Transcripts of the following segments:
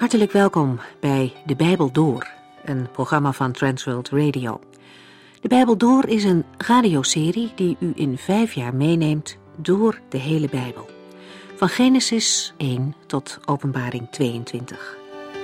Hartelijk welkom bij De Bijbel Door, een programma van Transworld Radio. De Bijbel Door is een radioserie die u in 5 jaar meeneemt door de hele Bijbel. Van Genesis 1 tot Openbaring 22.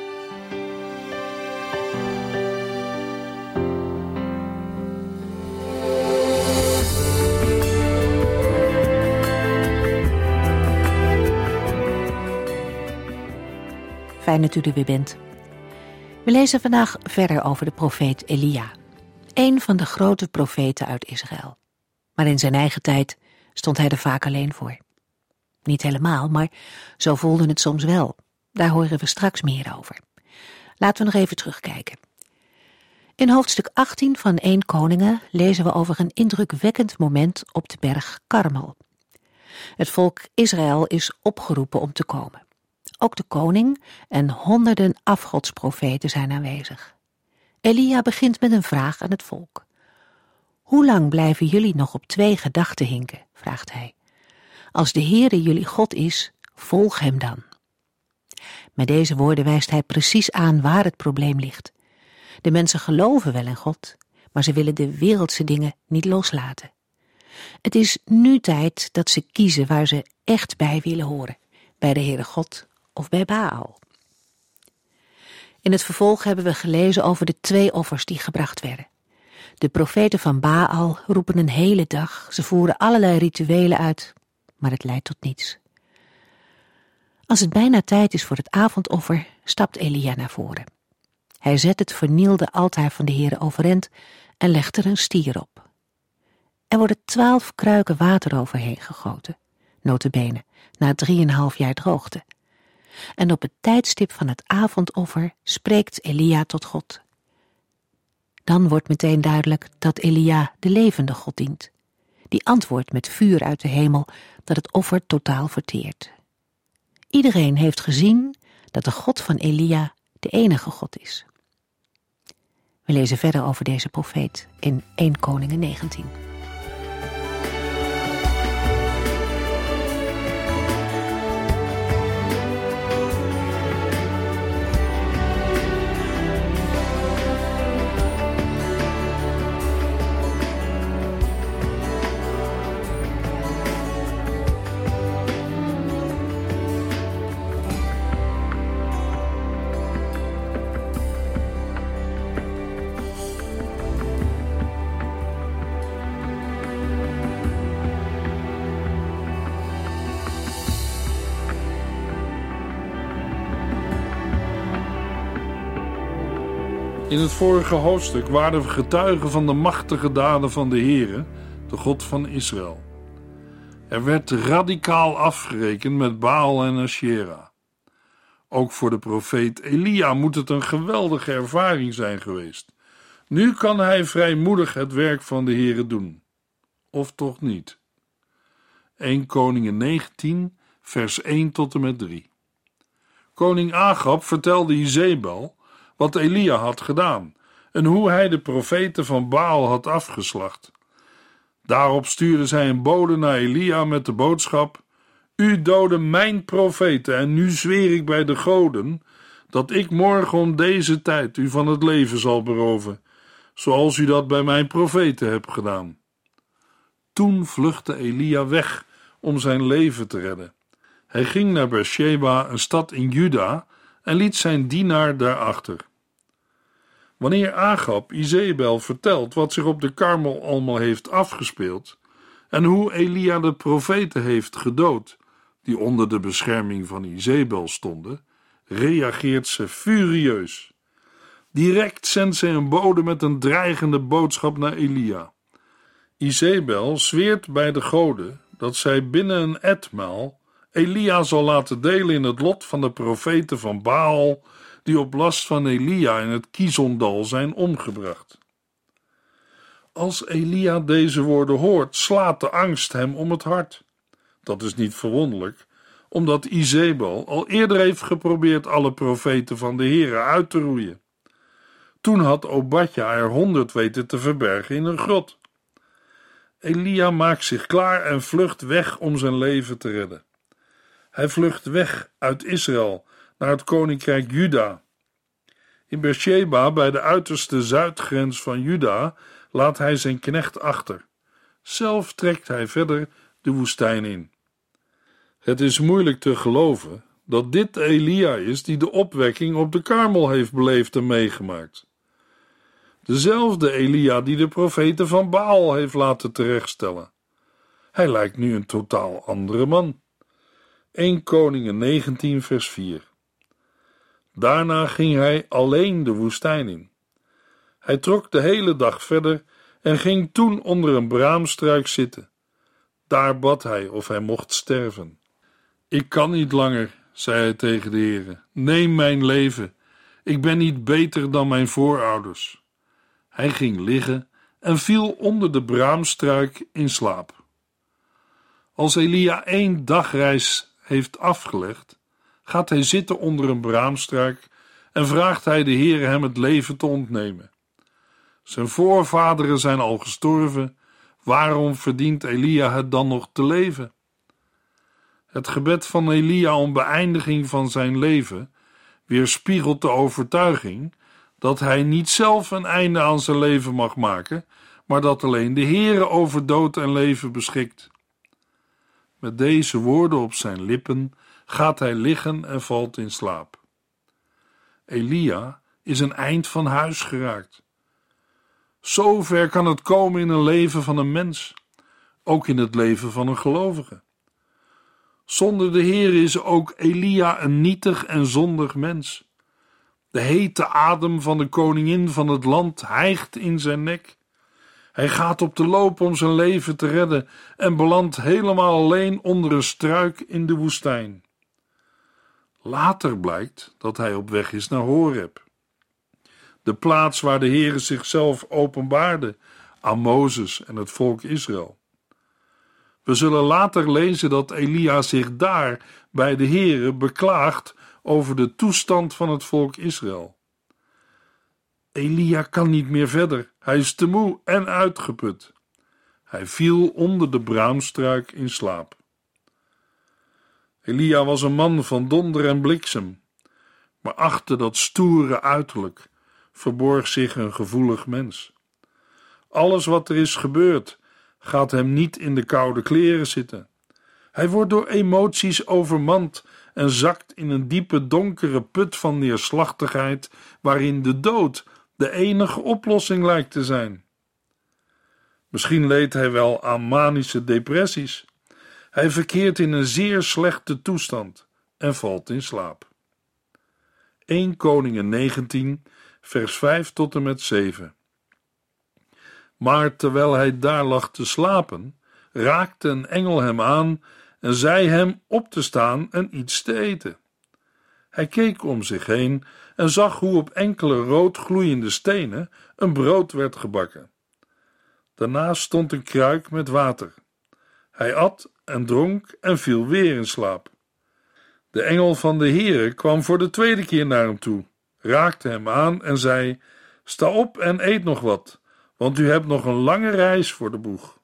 Fijn dat u er weer bent. We lezen vandaag verder over de profeet Elia. Een van de grote profeten uit Israël. Maar in zijn eigen tijd stond hij er vaak alleen voor. Niet helemaal, maar zo voelde het soms wel. Daar horen we straks meer over. Laten we nog even terugkijken. In hoofdstuk 18 van 1 Koningen lezen we over een indrukwekkend moment op de berg Karmel. Het volk Israël is opgeroepen om te komen. Ook de koning en honderden afgodsprofeten zijn aanwezig. Elia begint met een vraag aan het volk. Hoe lang blijven jullie nog op 2 gedachten hinken, vraagt hij. Als de Heere jullie God is, volg hem dan. Met deze woorden wijst hij precies aan waar het probleem ligt. De mensen geloven wel in God, maar ze willen de wereldse dingen niet loslaten. Het is nu tijd dat ze kiezen waar ze echt bij willen horen, bij de Heere God of bij Baal. In het vervolg hebben we gelezen over de 2 offers die gebracht werden. De profeten van Baal roepen een hele dag, ze voeren allerlei rituelen uit, maar het leidt tot niets. Als het bijna tijd is voor het avondoffer, stapt Elia naar voren. Hij zet het vernielde altaar van de Heere overeind en legt er een stier op. Er worden 12 kruiken water overheen gegoten, nota bene, na 3,5 jaar droogte. En op het tijdstip van het avondoffer spreekt Elia tot God. Dan wordt meteen duidelijk dat Elia de levende God dient. Die antwoordt met vuur uit de hemel dat het offer totaal verteert. Iedereen heeft gezien dat de God van Elia de enige God is. We lezen verder over deze profeet in 1 Koningen 19. In het vorige hoofdstuk waren we getuigen van de machtige daden van de Heere, de God van Israël. Er werd radicaal afgerekend met Baal en Asherah. Ook voor de profeet Elia moet het een geweldige ervaring zijn geweest. Nu kan hij vrijmoedig het werk van de Heere doen. Of toch niet? 1 Koningen 19, vers 1 tot en met 3. Koning Agab vertelde Jezebel wat Elia had gedaan en hoe hij de profeten van Baal had afgeslacht. Daarop stuurde zij een bode naar Elia met de boodschap: U doodde mijn profeten en nu zweer ik bij de goden dat ik morgen om deze tijd u van het leven zal beroven, zoals u dat bij mijn profeten hebt gedaan. Toen vluchtte Elia weg om zijn leven te redden. Hij ging naar Beersheba, een stad in Juda, en liet zijn dienaar daarachter. Wanneer Agab Jezebel vertelt wat zich op de Karmel allemaal heeft afgespeeld en hoe Elia de profeten heeft gedood, die onder de bescherming van Jezebel stonden, reageert ze furieus. Direct zendt ze een bode met een dreigende boodschap naar Elia. Jezebel zweert bij de goden dat zij binnen een etmaal Elia zal laten delen in het lot van de profeten van Baal, die op last van Elia in het Kizondal zijn omgebracht. Als Elia deze woorden hoort, slaat de angst hem om het hart. Dat is niet verwonderlijk, omdat Jezebel al eerder heeft geprobeerd alle profeten van de Heere uit te roeien. Toen had Obadja er 100 weten te verbergen in een grot. Elia maakt zich klaar en vlucht weg om zijn leven te redden. Hij vlucht weg uit Israël naar het koninkrijk Juda. In Beersheba, bij de uiterste zuidgrens van Juda, laat hij zijn knecht achter. Zelf trekt hij verder de woestijn in. Het is moeilijk te geloven dat dit Elia is die de opwekking op de Karmel heeft beleefd en meegemaakt. Dezelfde Elia die de profeten van Baal heeft laten terechtstellen. Hij lijkt nu een totaal andere man. 1 Koningen 19 vers 4. Daarna ging hij alleen de woestijn in. Hij trok de hele dag verder en ging toen onder een braamstruik zitten. Daar bad hij of hij mocht sterven. Ik kan niet langer, zei hij tegen de Heere. Neem mijn leven. Ik ben niet beter dan mijn voorouders. Hij ging liggen en viel onder de braamstruik in slaap. Als Elia 1 dagreis heeft afgelegd, gaat hij zitten onder een braamstruik en vraagt hij de Heere hem het leven te ontnemen. Zijn voorvaderen zijn al gestorven, waarom verdient Elia het dan nog te leven? Het gebed van Elia om beëindiging van zijn leven weerspiegelt de overtuiging dat hij niet zelf een einde aan zijn leven mag maken, maar dat alleen de Heere over dood en leven beschikt. Met deze woorden op zijn lippen gaat hij liggen en valt in slaap. Elia is een eind van huis geraakt. Zo ver kan het komen in een leven van een mens, ook in het leven van een gelovige. Zonder de Heer is ook Elia een nietig en zondig mens. De hete adem van de koningin van het land hijgt in zijn nek. Hij gaat op de loop om zijn leven te redden en belandt helemaal alleen onder een struik in de woestijn. Later blijkt dat hij op weg is naar Horeb, de plaats waar de Heere zichzelf openbaarde aan Mozes en het volk Israël. We zullen later lezen dat Elia zich daar bij de Heere beklaagt over de toestand van het volk Israël. Elia kan niet meer verder, hij is te moe en uitgeput. Hij viel onder de braamstruik in slaap. Elia was een man van donder en bliksem, maar achter dat stoere uiterlijk verborg zich een gevoelig mens. Alles wat er is gebeurd gaat hem niet in de koude kleren zitten. Hij wordt door emoties overmand en zakt in een diepe donkere put van neerslachtigheid, waarin de dood de enige oplossing lijkt te zijn. Misschien leed hij wel aan manische depressies. Hij verkeert in een zeer slechte toestand en valt in slaap. 1 Koningen 19, vers 5 tot en met 7. Maar terwijl hij daar lag te slapen, raakte een engel hem aan en zei hem op te staan en iets te eten. Hij keek om zich heen en zag hoe op enkele rood gloeiende stenen een brood werd gebakken. Daarnaast stond een kruik met water. Hij at en dronk en viel weer in slaap. De engel van de Heere kwam voor de tweede keer naar hem toe, raakte hem aan en zei: Sta op en eet nog wat, want u hebt nog een lange reis voor de boeg.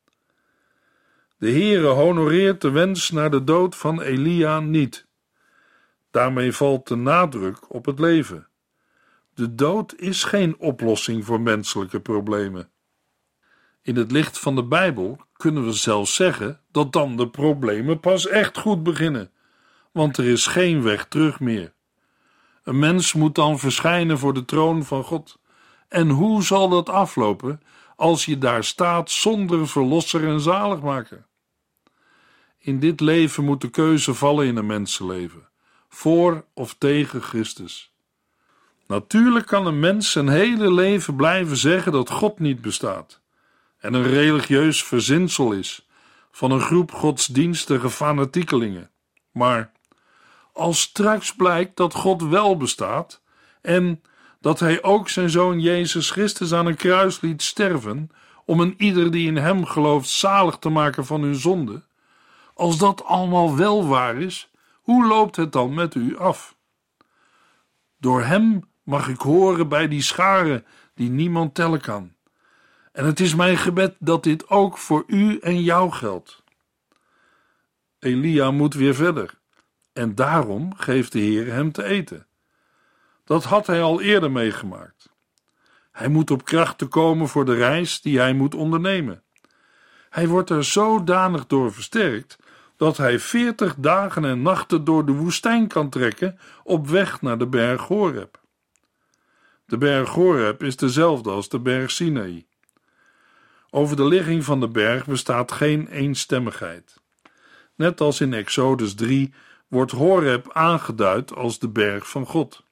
De Heere honoreert de wens naar de dood van Elia niet. Daarmee valt de nadruk op het leven. De dood is geen oplossing voor menselijke problemen. In het licht van de Bijbel kunnen we zelfs zeggen dat dan de problemen pas echt goed beginnen, want er is geen weg terug meer. Een mens moet dan verschijnen voor de troon van God. En hoe zal dat aflopen als je daar staat zonder verlosser en zaligmaker? In dit leven moet de keuze vallen in een mensenleven, voor of tegen Christus. Natuurlijk kan een mens zijn hele leven blijven zeggen dat God niet bestaat en een religieus verzinsel is van een groep godsdienstige fanatiekelingen. Maar als straks blijkt dat God wel bestaat en dat hij ook zijn zoon Jezus Christus aan een kruis liet sterven om een ieder die in hem gelooft zalig te maken van hun zonde, als dat allemaal wel waar is, hoe loopt het dan met u af? Door hem mag ik horen bij die scharen die niemand tellen kan. En het is mijn gebed dat dit ook voor u en jou geldt. Elia moet weer verder. en daarom geeft de Heer hem te eten. Dat had hij al eerder meegemaakt. Hij moet op krachten komen voor de reis die hij moet ondernemen. Hij wordt er zodanig door versterkt dat hij 40 dagen en nachten door de woestijn kan trekken op weg naar de berg Horeb. De berg Horeb is dezelfde als de berg Sinaï. Over de ligging van de berg bestaat geen eenstemmigheid. Net als in Exodus 3 wordt Horeb aangeduid als de berg van God.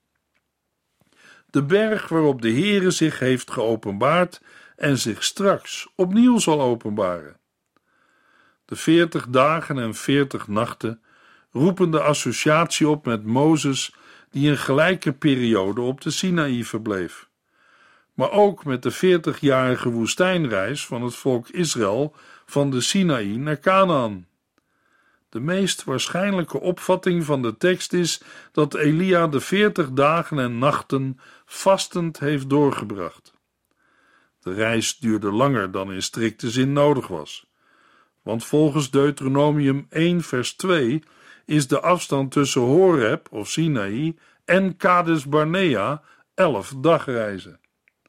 De berg waarop de Heere zich heeft geopenbaard en zich straks opnieuw zal openbaren. De 40 dagen en 40 nachten roepen de associatie op met Mozes, die een gelijke periode op de Sinaï verbleef. Maar ook met de 40-jarige woestijnreis van het volk Israël van de Sinaï naar Kanaan. De meest waarschijnlijke opvatting van de tekst is dat Elia de 40 dagen en nachten vastend heeft doorgebracht. De reis duurde langer dan in strikte zin nodig was. Want volgens Deuteronomium 1 vers 2 is de afstand tussen Horeb of Sinaï en Kades Barnea 11 dagreizen.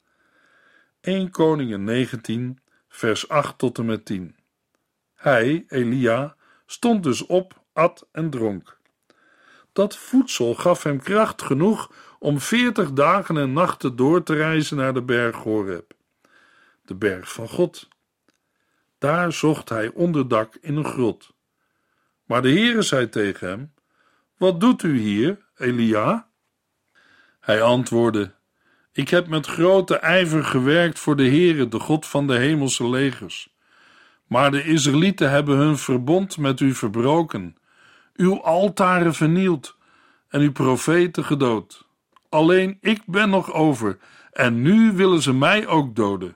1 Koningen 19 vers 8 tot en met 10. Hij, Elia, stond dus op, at en dronk. Dat voedsel gaf hem kracht genoeg om 40 dagen en nachten door te reizen naar de berg Horeb, de berg van God. Daar zocht hij onderdak in een grot. Maar de Heere zei tegen hem: Wat doet u hier, Elia? Hij antwoordde: Ik heb met grote ijver gewerkt voor de Heere, de God van de hemelse legers. Maar de Israëlieten hebben hun verbond met u verbroken, uw altaren vernield en uw profeten gedood. Alleen ik ben nog over en nu willen ze mij ook doden.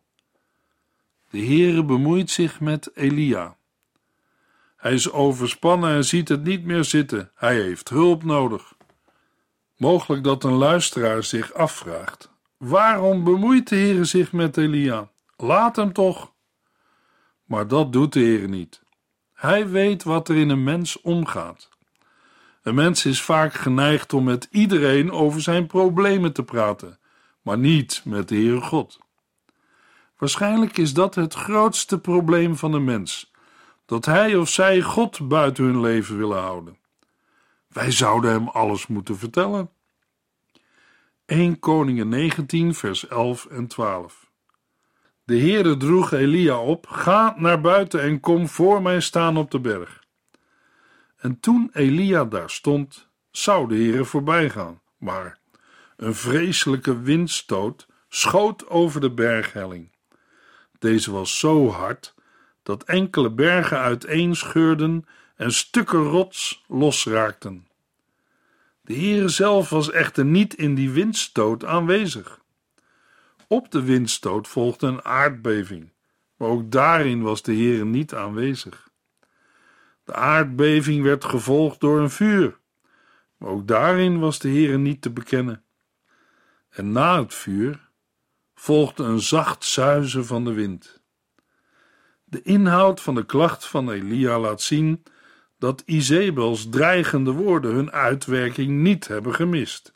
De Heere bemoeit zich met Elia. Hij is overspannen en ziet het niet meer zitten. Hij heeft hulp nodig. Mogelijk dat een luisteraar zich afvraagt: waarom bemoeit de Heere zich met Elia? Laat hem toch. Maar dat doet de Heere niet. Hij weet wat er in een mens omgaat. Een mens is vaak geneigd om met iedereen over zijn problemen te praten, maar niet met de Heere God. Waarschijnlijk is dat het grootste probleem van een mens, dat hij of zij God buiten hun leven willen houden. Wij zouden hem alles moeten vertellen. 1 Koningen 19 vers 11 en 12. De Heere droeg Elia op: Ga naar buiten en kom voor mij staan op de berg. En toen Elia daar stond, zou de Heere voorbij gaan, maar een vreselijke windstoot schoot over de berghelling. Deze was zo hard dat enkele bergen uiteenscheurden en stukken rots losraakten. De Heere zelf was echter niet in die windstoot aanwezig. Op de windstoot volgde een aardbeving, maar ook daarin was de Heere niet aanwezig. De aardbeving werd gevolgd door een vuur, maar ook daarin was de Heere niet te bekennen. En na het vuur volgde een zacht suizen van de wind. De inhoud van de klacht van Elia laat zien dat Izebels dreigende woorden hun uitwerking niet hebben gemist.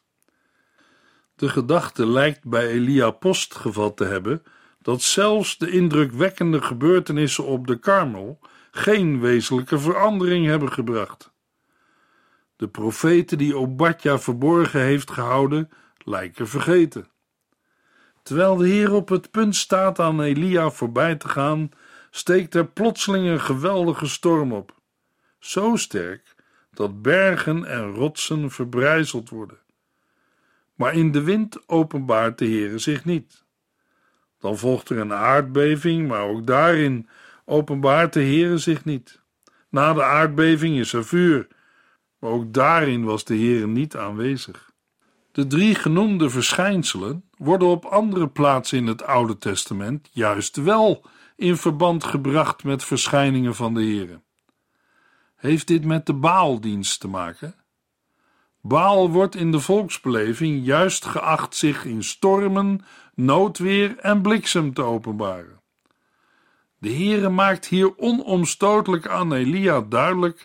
De gedachte lijkt bij Elia post gevat te hebben dat zelfs de indrukwekkende gebeurtenissen op de Karmel geen wezenlijke verandering hebben gebracht. De profeten die Obadja verborgen heeft gehouden, lijken vergeten. Terwijl de Heer op het punt staat aan Elia voorbij te gaan, steekt er plotseling een geweldige storm op. Zo sterk dat bergen en rotsen verbrijzeld worden. Maar in de wind openbaart de Heere zich niet. Dan volgt er een aardbeving, maar ook daarin openbaart de Heere zich niet. Na de aardbeving is er vuur, maar ook daarin was de Heere niet aanwezig. De 3 genoemde verschijnselen worden op andere plaatsen in het Oude Testament juist wel in verband gebracht met verschijningen van de Heere. Heeft dit met de Baaldienst te maken? Baal wordt in de volksbeleving juist geacht zich in stormen, noodweer en bliksem te openbaren. De Heere maakt hier onomstotelijk aan Elia duidelijk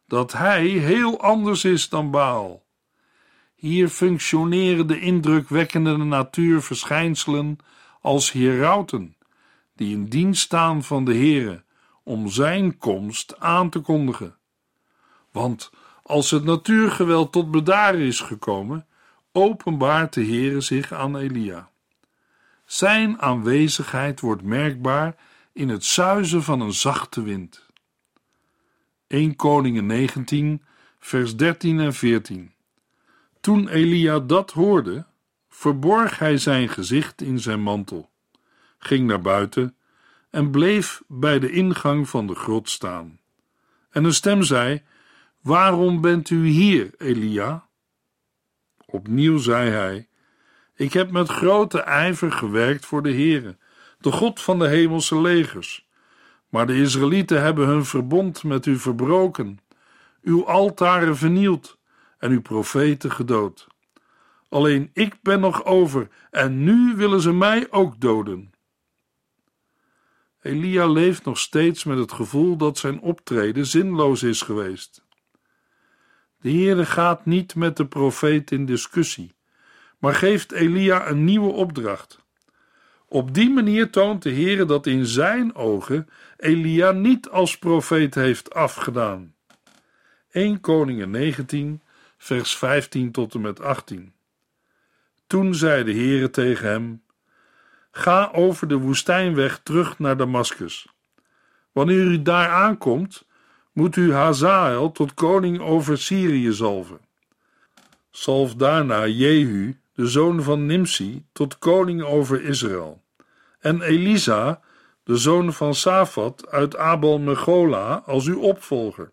dat hij heel anders is dan Baal. Hier functioneren de indrukwekkende natuurverschijnselen als herauten, die in dienst staan van de Heere, om zijn komst aan te kondigen. Want als het natuurgeweld tot bedaren is gekomen, openbaart de Heere zich aan Elia. Zijn aanwezigheid wordt merkbaar in het suizen van een zachte wind. 1 Koningen 19, vers 13 en 14. Toen Elia dat hoorde, verborg hij zijn gezicht in zijn mantel, ging naar buiten en bleef bij de ingang van de grot staan. En een stem zei: "Waarom bent u hier, Elia?" Opnieuw zei hij: "Ik heb met grote ijver gewerkt voor de Heere, de God van de hemelse legers. Maar de Israëlieten hebben hun verbond met u verbroken, uw altaren vernield en uw profeten gedood. Alleen ik ben nog over en nu willen ze mij ook doden." Elia leeft nog steeds met het gevoel dat zijn optreden zinloos is geweest. De Heere gaat niet met de profeet in discussie, maar geeft Elia een nieuwe opdracht. Op die manier toont de Heere dat in zijn ogen Elia niet als profeet heeft afgedaan. 1 Koningen 19, vers 15 tot en met 18. Toen zei de Heere tegen hem: "Ga over de woestijnweg terug naar Damaskus. Wanneer u daar aankomt, moet u Hazael tot koning over Syrië zalven. Zalf daarna Jehu, de zoon van Nimsi, tot koning over Israël. En Elisa, de zoon van Safat uit Abel-Mechola, als uw opvolger.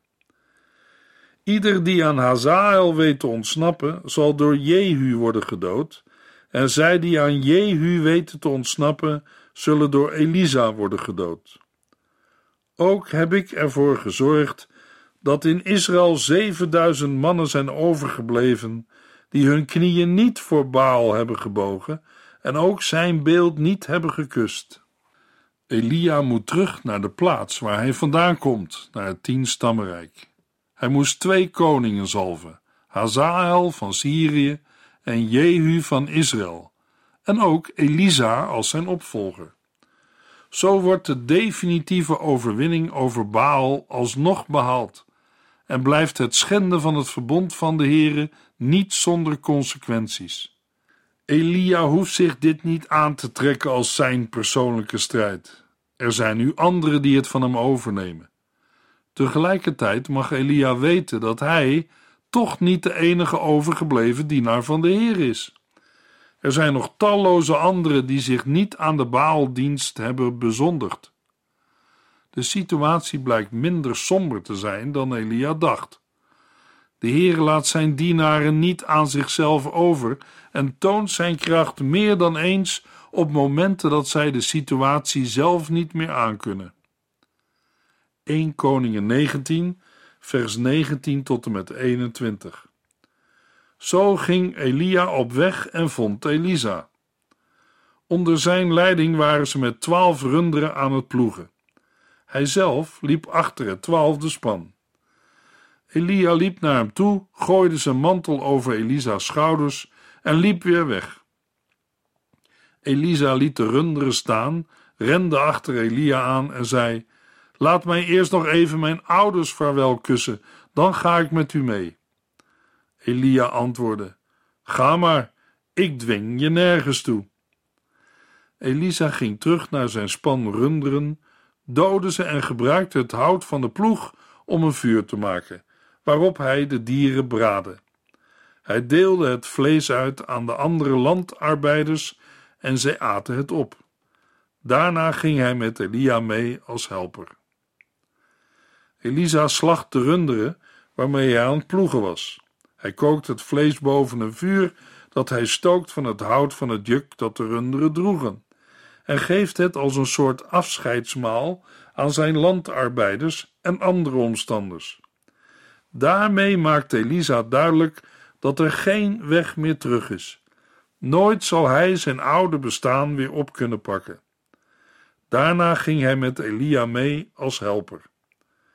Ieder die aan Hazael weet te ontsnappen, zal door Jehu worden gedood, en zij die aan Jehu weten te ontsnappen, zullen door Elisa worden gedood. Ook heb ik ervoor gezorgd dat in Israël 7000 mannen zijn overgebleven, die hun knieën niet voor Baal hebben gebogen en ook zijn beeld niet hebben gekust." Elia moet terug naar de plaats waar hij vandaan komt, naar het 10-stammenrijk. Hij moest 2 koningen zalven, Hazael van Syrië en Jehu van Israël, en ook Elisa als zijn opvolger. Zo wordt de definitieve overwinning over Baal alsnog behaald en blijft het schenden van het verbond van de Heere niet zonder consequenties. Elia hoeft zich dit niet aan te trekken als zijn persoonlijke strijd. Er zijn nu anderen die het van hem overnemen. Tegelijkertijd mag Elia weten dat hij toch niet de enige overgebleven dienaar van de Heer is. Er zijn nog talloze anderen die zich niet aan de Baaldienst hebben bezondigd. De situatie blijkt minder somber te zijn dan Elia dacht. De Heer laat zijn dienaren niet aan zichzelf over en toont zijn kracht meer dan eens op momenten dat zij de situatie zelf niet meer aankunnen. 1 Koningen 19, vers 19 tot en met 21. Zo ging Elia op weg en vond Elisa. Onder zijn leiding waren ze met 12 runderen aan het ploegen. Hij zelf liep achter het 12e span. Elia liep naar hem toe, gooide zijn mantel over Elisa's schouders en liep weer weg. Elisa liet de runderen staan, rende achter Elia aan en zei: "Laat mij eerst nog even mijn ouders vaarwel kussen, dan ga ik met u mee." Elia antwoordde: "Ga maar, ik dwing je nergens toe." Elisa ging terug naar zijn span runderen, doodde ze en gebruikte het hout van de ploeg om een vuur te maken, waarop hij de dieren braadde. Hij deelde het vlees uit aan de andere landarbeiders en zij aten het op. Daarna ging hij met Elia mee als helper. Elisa slacht de runderen waarmee hij aan het ploegen was. Hij kookt het vlees boven een vuur dat hij stookt van het hout van het juk dat de runderen droegen en geeft het als een soort afscheidsmaal aan zijn landarbeiders en andere omstanders. Daarmee maakt Elisa duidelijk dat er geen weg meer terug is. Nooit zal hij zijn oude bestaan weer op kunnen pakken. Daarna ging hij met Elia mee als helper.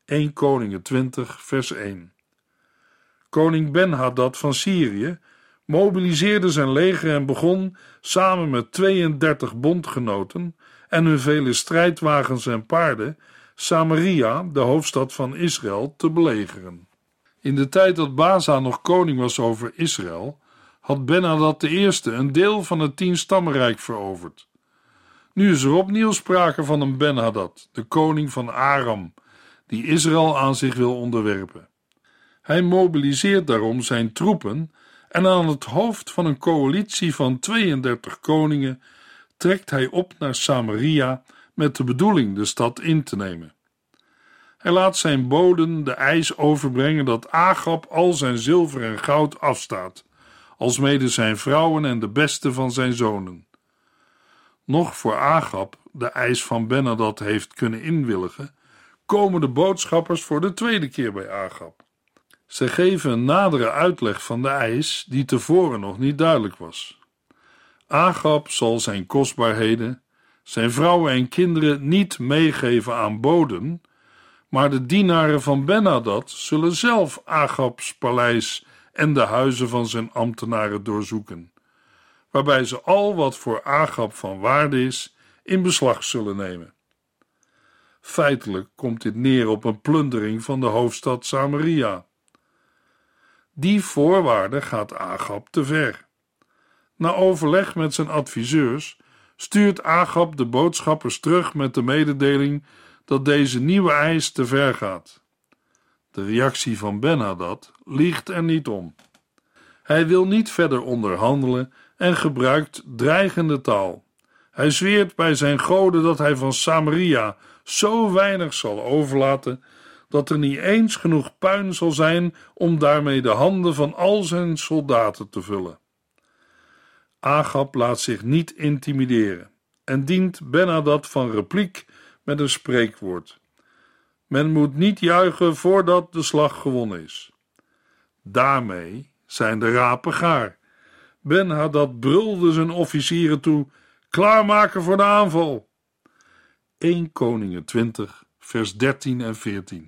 1 Koningen 20 vers 1. Koning Ben-Hadad van Syrië mobiliseerde zijn leger en begon samen met 32 bondgenoten en hun vele strijdwagens en paarden Samaria, de hoofdstad van Israël, te belegeren. In de tijd dat Baza nog koning was over Israël, had Ben-Hadad I een deel van het 10-stammenrijk veroverd. Nu is er opnieuw sprake van een Ben-Hadad, de koning van Aram, die Israël aan zich wil onderwerpen. Hij mobiliseert daarom zijn troepen en aan het hoofd van een coalitie van 32 koningen trekt hij op naar Samaria met de bedoeling de stad in te nemen. Hij laat zijn boden de eis overbrengen dat Agab al zijn zilver en goud afstaat, alsmede zijn vrouwen en de beste van zijn zonen. Nog voor Agab de eis van Ben-Hadad heeft kunnen inwilligen, komen de boodschappers voor de tweede keer bij Agab. Ze geven een nadere uitleg van de eis die tevoren nog niet duidelijk was. Agab zal zijn kostbaarheden, zijn vrouwen en kinderen niet meegeven aan boden, maar de dienaren van Ben-Hadad zullen zelf Agabs paleis en de huizen van zijn ambtenaren doorzoeken, waarbij ze al wat voor Agab van waarde is in beslag zullen nemen. Feitelijk komt dit neer op een plundering van de hoofdstad Samaria. Die voorwaarde gaat Agab te ver. Na overleg met zijn adviseurs stuurt Agab de boodschappers terug met de mededeling dat deze nieuwe eis te ver gaat. De reactie van Ben-Hadad liegt er niet om. Hij wil niet verder onderhandelen en gebruikt dreigende taal. Hij zweert bij zijn goden dat hij van Samaria zo weinig zal overlaten dat er niet eens genoeg puin zal zijn om daarmee de handen van al zijn soldaten te vullen. Agab laat zich niet intimideren en dient Ben-Hadad van repliek met een spreekwoord. Men moet niet juichen voordat de slag gewonnen is. Daarmee zijn de rapen gaar. Ben-Hadad brulde zijn officieren toe: klaarmaken voor de aanval. 1 Koningen 20 vers 13 en 14.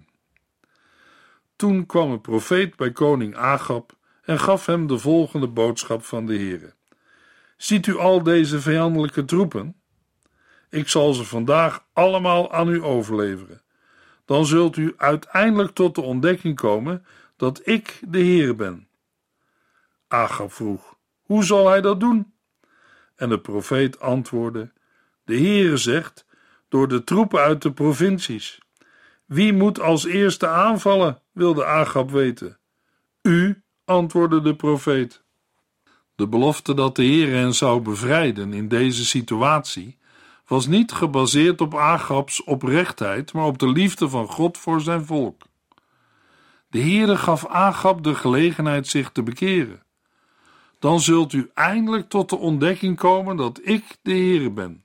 Toen kwam een profeet bij koning Agab en gaf hem de volgende boodschap van de Heere: ziet u al deze vijandelijke troepen? Ik zal ze vandaag allemaal aan u overleveren. Dan zult u uiteindelijk tot de ontdekking komen dat ik de Heere ben. Agab vroeg: hoe zal hij dat doen? En de profeet antwoordde: de Heere zegt, door de troepen uit de provincies. Wie moet als eerste aanvallen, wilde Agab weten. U, antwoordde de profeet. De belofte dat de Heere hen zou bevrijden in deze situatie was niet gebaseerd op Agabs oprechtheid, maar op de liefde van God voor zijn volk. De Heere gaf Agab de gelegenheid zich te bekeren. Dan zult u eindelijk tot de ontdekking komen dat ik de Heere ben.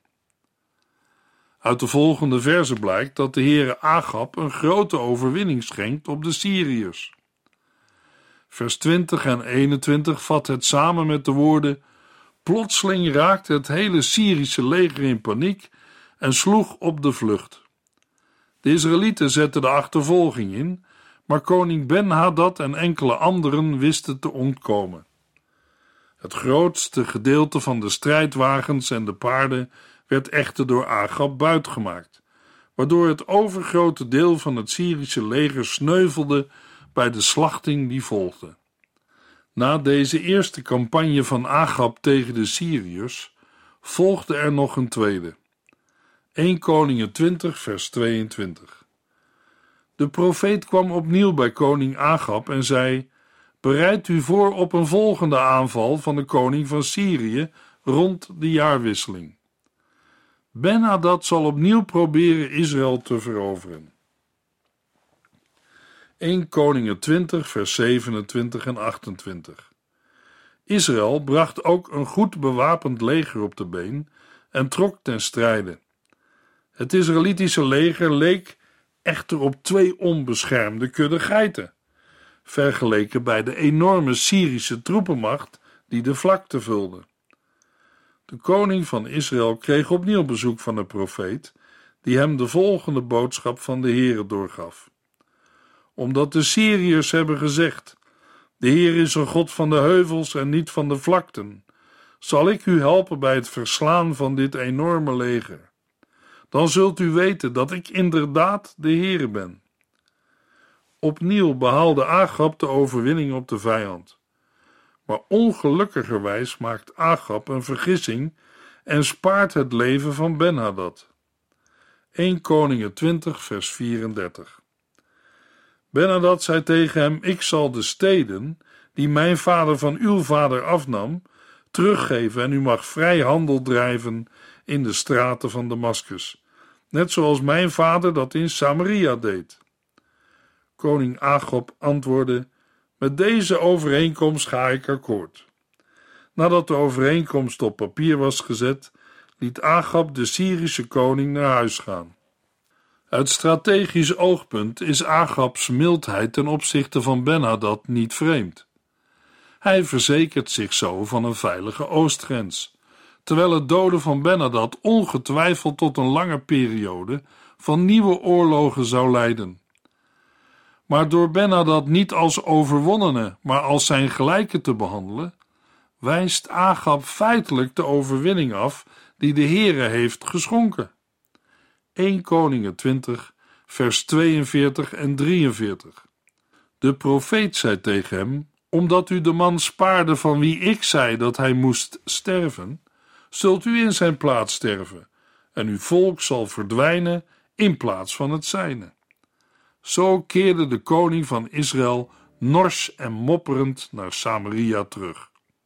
Uit de volgende verse blijkt dat de Heere Agab een grote overwinning schenkt op de Syriërs. Vers 20 en 21 vat het samen met de woorden: plotseling raakte het hele Syrische leger in paniek en sloeg op de vlucht. De Israëlieten zetten de achtervolging in, maar koning Ben-Hadad en enkele anderen wisten te ontkomen. Het grootste gedeelte van de strijdwagens en de paarden werd echter door Agab buitgemaakt, waardoor het overgrote deel van het Syrische leger sneuvelde bij de slachting die volgde. Na deze eerste campagne van Agab tegen de Syriërs volgde er nog een tweede. 1 Koningen 20 vers 22. De profeet kwam opnieuw bij koning Agab en zei: bereid u voor op een volgende aanval van de koning van Syrië rond de jaarwisseling. Ben-Hadad zal opnieuw proberen Israël te veroveren. 1 Koningen 20 vers 27 en 28. Israël bracht ook een goed bewapend leger op de been en trok ten strijde. Het Israëlitische leger leek echter op 2 onbeschermde kudde geiten, vergeleken bij de enorme Syrische troepenmacht die de vlakte vulde. De koning van Israël kreeg opnieuw bezoek van de profeet, die hem de volgende boodschap van de Heere doorgaf: omdat de Syriërs hebben gezegd: de Heer is een God van de heuvels en niet van de vlakten. Zal ik u helpen bij het verslaan van dit enorme leger? Dan zult u weten dat ik inderdaad de Heere ben. Opnieuw behaalde Agab de overwinning op de vijand. Maar ongelukkigerwijs maakt Agab een vergissing en spaart het leven van Ben-Hadad. 1 Koningen 20 vers 34. Ben-Hadad zei tegen hem: ik zal de steden die mijn vader van uw vader afnam, teruggeven en u mag vrij handel drijven in de straten van Damaskus, net zoals mijn vader dat in Samaria deed. Koning Agab antwoordde: met deze overeenkomst ga ik akkoord. Nadat de overeenkomst op papier was gezet, liet Agab de Syrische koning naar huis gaan. Uit strategisch oogpunt is Agabs mildheid ten opzichte van Ben-Hadad niet vreemd. Hij verzekert zich zo van een veilige oostgrens, terwijl het doden van Ben-Hadad ongetwijfeld tot een lange periode van nieuwe oorlogen zou leiden. Maar door Ben-Hadad niet als overwonnene, maar als zijn gelijke te behandelen, wijst Agab feitelijk de overwinning af die de Heere heeft geschonken. 1 Koningen 20, vers 42 en 43. De profeet zei tegen hem: omdat u de man spaarde van wie ik zei dat hij moest sterven, zult u in zijn plaats sterven, en uw volk zal verdwijnen in plaats van het zijne. Zo keerde de koning van Israël nors en mopperend naar Samaria terug.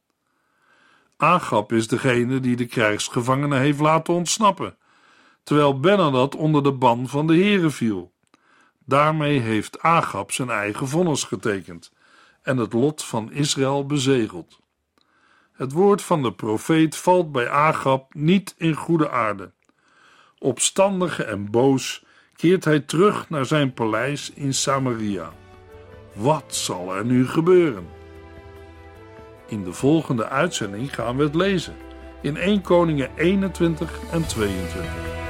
Agab is degene die de krijgsgevangenen heeft laten ontsnappen, terwijl Ben-Hadad onder de ban van de Heere viel. Daarmee heeft Agab zijn eigen vonnis getekend en het lot van Israël bezegeld. Het woord van de profeet valt bij Agab niet in goede aarde. Opstandig en boos keert hij terug naar zijn paleis in Samaria. Wat zal er nu gebeuren? In de volgende uitzending gaan we het lezen in 1 Koningen 21 en 22.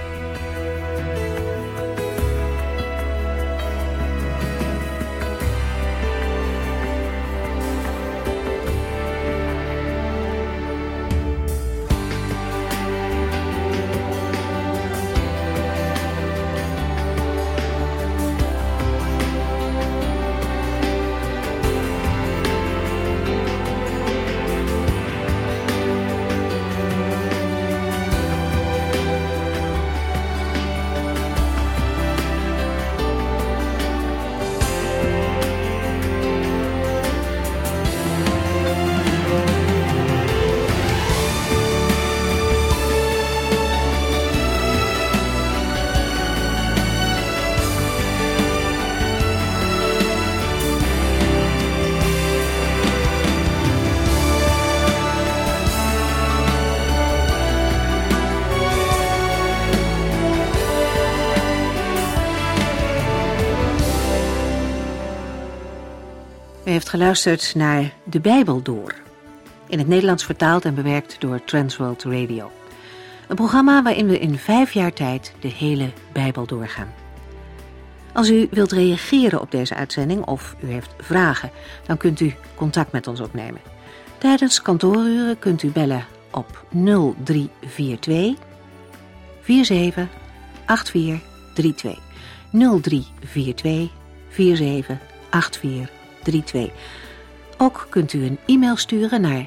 U heeft geluisterd naar De Bijbel Door, in het Nederlands vertaald en bewerkt door Transworld Radio. Een programma waarin we in 5 jaar tijd de hele Bijbel doorgaan. Als u wilt reageren op deze uitzending of u heeft vragen, dan kunt u contact met ons opnemen. Tijdens kantooruren kunt u bellen op 0342 47 8432. 0342 47 8432. Ook kunt u een e-mail sturen naar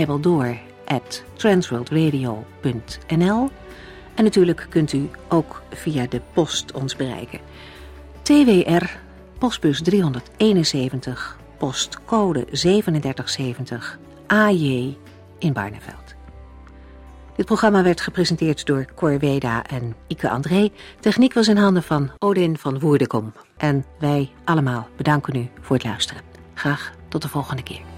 debijbeldoor@transworldradio.nl en natuurlijk kunt u ook via de post ons bereiken. TWR, postbus 371, postcode 3770, AJ in Barneveld. Dit programma werd gepresenteerd door Cor Weda en Ike André. Techniek was in handen van Odin van Woerdekom. En wij allemaal bedanken u voor het luisteren. Graag tot de volgende keer.